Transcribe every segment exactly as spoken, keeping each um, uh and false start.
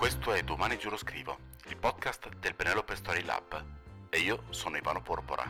Questo è Domani Giuro Scrivo, il podcast del Penelope Story Lab, e io sono Ivano Porpora.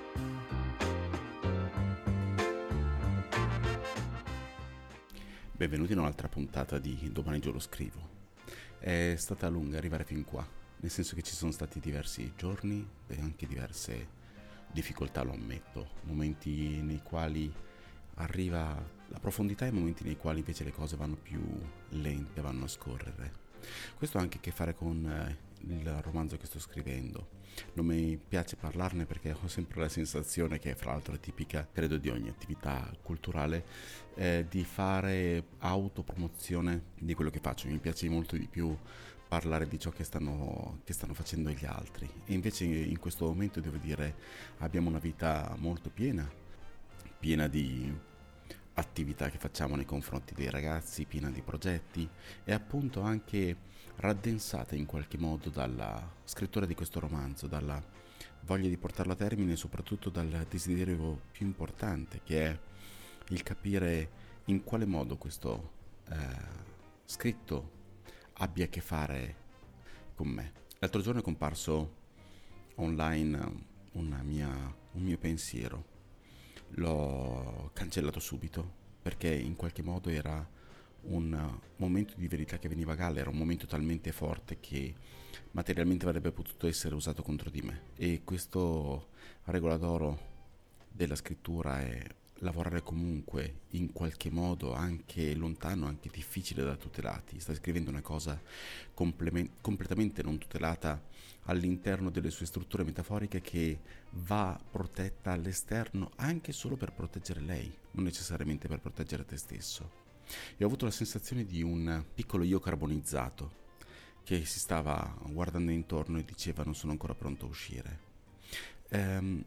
Benvenuti in un'altra puntata di Domani Giuro Scrivo. È stata lunga arrivare fin qua, nel senso che ci sono stati diversi giorni e anche diverse difficoltà, lo ammetto, momenti nei quali arriva la profondità e momenti nei quali invece le cose vanno più lente, vanno a scorrere. Questo ha anche a che fare con eh, il romanzo che sto scrivendo. Non mi piace parlarne perché ho sempre la sensazione, che fra l'altro è tipica credo di ogni attività culturale, eh, di fare autopromozione di quello che faccio. Mi piace molto di più parlare di ciò che stanno, che stanno facendo gli altri, e invece in questo momento devo dire abbiamo una vita molto piena, piena di attività che facciamo nei confronti dei ragazzi, piena di progetti e appunto anche raddensata in qualche modo dalla scrittura di questo romanzo, dalla voglia di portarlo a termine e soprattutto dal desiderio più importante, che è il capire in quale modo questo eh, scritto abbia a che fare con me. L'altro giorno è comparso online una mia, un mio pensiero. L'ho cancellato subito perché in qualche modo era un momento di verità che veniva a galla, era un momento talmente forte che materialmente avrebbe potuto essere usato contro di me. E questo regola d'oro della scrittura è lavorare comunque in qualche modo anche lontano, anche difficile da tutti i lati. Stai scrivendo una cosa complement- completamente non tutelata all'interno delle sue strutture metaforiche, che va protetta all'esterno anche solo per proteggere lei, non necessariamente per proteggere te stesso. E ho avuto la sensazione di un piccolo io carbonizzato che si stava guardando intorno e diceva: non sono ancora pronto a uscire. Ehm,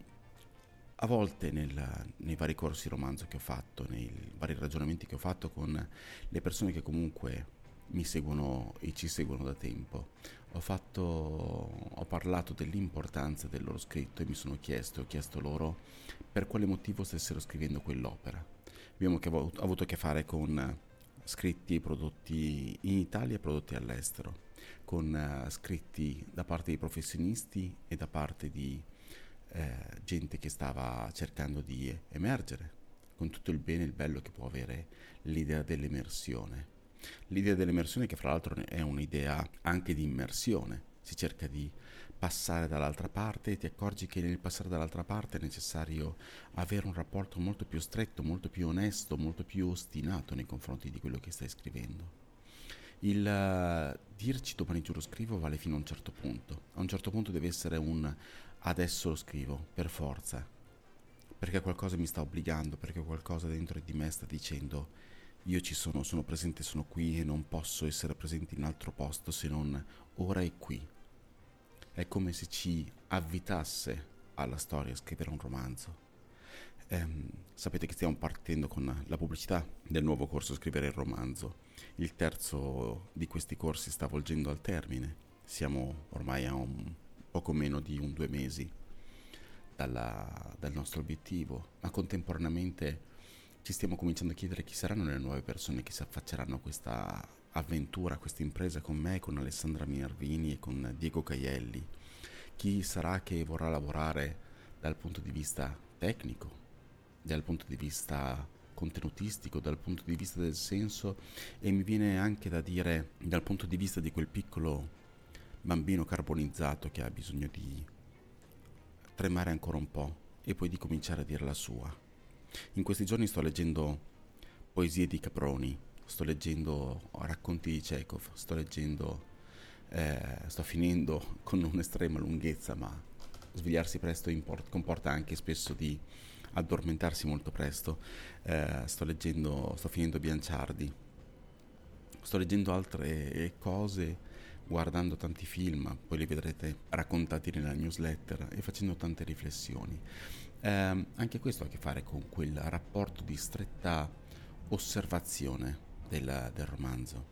A volte nel, nei vari corsi romanzo che ho fatto, nei vari ragionamenti che ho fatto con le persone che comunque mi seguono e ci seguono da tempo, ho fatto, ho parlato dell'importanza del loro scritto e mi sono chiesto, ho chiesto loro per quale motivo stessero scrivendo quell'opera. Abbiamo che, avuto a che fare con scritti prodotti in Italia e prodotti all'estero, con uh, scritti da parte di professionisti e da parte di Eh, gente che stava cercando di emergere, con tutto il bene e il bello che può avere l'idea dell'emersione. L'idea dell'emersione, che fra l'altro è un'idea anche di immersione, si cerca di passare dall'altra parte e ti accorgi che nel passare dall'altra parte è necessario avere un rapporto molto più stretto, molto più onesto, molto più ostinato nei confronti di quello che stai scrivendo. Il uh, dirci domani giuro scrivo vale fino a un certo punto. A un certo punto deve essere un adesso lo scrivo, per forza, perché qualcosa mi sta obbligando, perché qualcosa dentro di me sta dicendo: io ci sono, sono presente, sono qui e non posso essere presente in altro posto se non ora e qui. È come se ci avvitasse alla storia scrivere un romanzo. Eh, sapete che stiamo partendo con la pubblicità del nuovo corso Scrivere il romanzo. Il terzo di questi corsi sta volgendo al termine. Siamo ormai a un poco meno di un due mesi dalla, dal nostro obiettivo, ma contemporaneamente ci stiamo cominciando a chiedere chi saranno le nuove persone che si affacceranno a questa avventura, a questa impresa con me, con Alessandra Minervini e con Diego Caielli. Chi sarà che vorrà lavorare dal punto di vista tecnico, dal punto di vista contenutistico, dal punto di vista del senso, e mi viene anche da dire dal punto di vista di quel piccolo bambino carbonizzato che ha bisogno di tremare ancora un po' e poi di cominciare a dire la sua. In questi giorni sto leggendo poesie di Caproni, sto leggendo racconti di Chekhov, sto leggendo eh, sto finendo con un'estrema lunghezza, ma svegliarsi presto import- comporta anche spesso di addormentarsi molto presto. Eh, sto leggendo, sto finendo Bianciardi, sto leggendo altre cose, guardando tanti film, poi li vedrete raccontati nella newsletter, e facendo tante riflessioni. Eh, anche questo ha a che fare con quel rapporto di stretta osservazione del, del romanzo.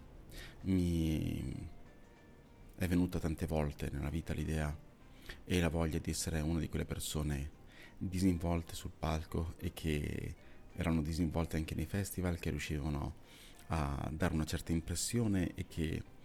Mi è venuta tante volte nella vita l'idea e la voglia di essere una di quelle persone disinvolte sul palco e che erano disinvolte anche nei festival, che riuscivano a dare una certa impressione e che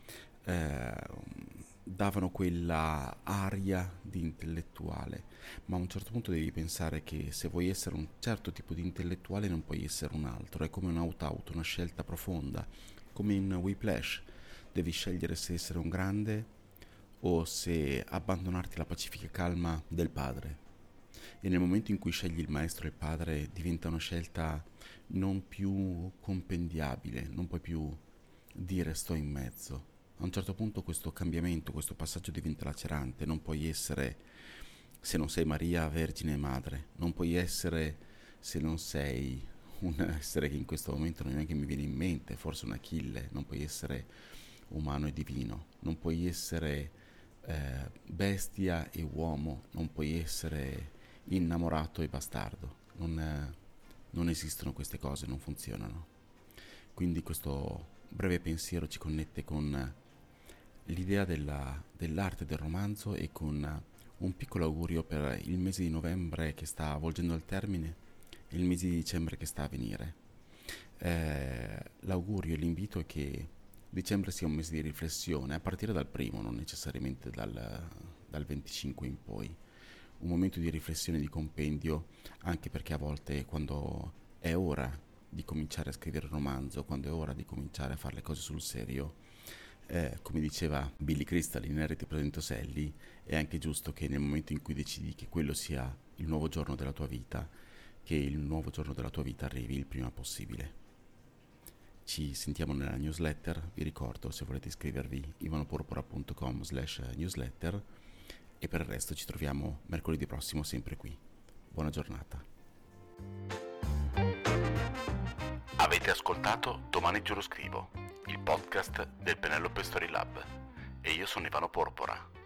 eh, davano quella aria di intellettuale, ma a un certo punto devi pensare che se vuoi essere un certo tipo di intellettuale non puoi essere un altro, è come un opt-out, una scelta profonda, come in Whiplash, devi scegliere se essere un grande o se abbandonarti alla pacifica calma del padre. E nel momento in cui scegli il maestro e il padre diventa una scelta non più compendiabile, non puoi più dire sto in mezzo. A un certo punto questo cambiamento, questo passaggio diventa lacerante, non puoi essere, se non sei Maria, Vergine e Madre, non puoi essere se non sei un essere che in questo momento non è neanche mi viene in mente, forse un Achille, non puoi essere umano e divino, non puoi essere eh, bestia e uomo, non puoi essere innamorato e bastardo, non, eh, non esistono queste cose, non funzionano. Quindi questo breve pensiero ci connette con l'idea della, dell'arte del romanzo e con un piccolo augurio per il mese di novembre che sta volgendo al termine e il mese di dicembre che sta a venire. Eh, l'augurio e l'invito è che dicembre sia un mese di riflessione, a partire dal primo, non necessariamente dal, dal venticinque in poi. Un momento di riflessione, di compendio, anche perché a volte quando è ora di cominciare a scrivere un romanzo, quando è ora di cominciare a fare le cose sul serio, eh, come diceva Billy Crystal in Harry ti presento Sally, è anche giusto che nel momento in cui decidi che quello sia il nuovo giorno della tua vita, che il nuovo giorno della tua vita arrivi il prima possibile. Ci sentiamo nella newsletter, vi ricordo se volete iscrivervi ivanoporpora punto com slash newsletter e per il resto ci troviamo mercoledì prossimo sempre qui. Buona giornata. Avete ascoltato Domani te lo scrivo, il podcast del Penelope Story Lab e io sono Ivano Porpora.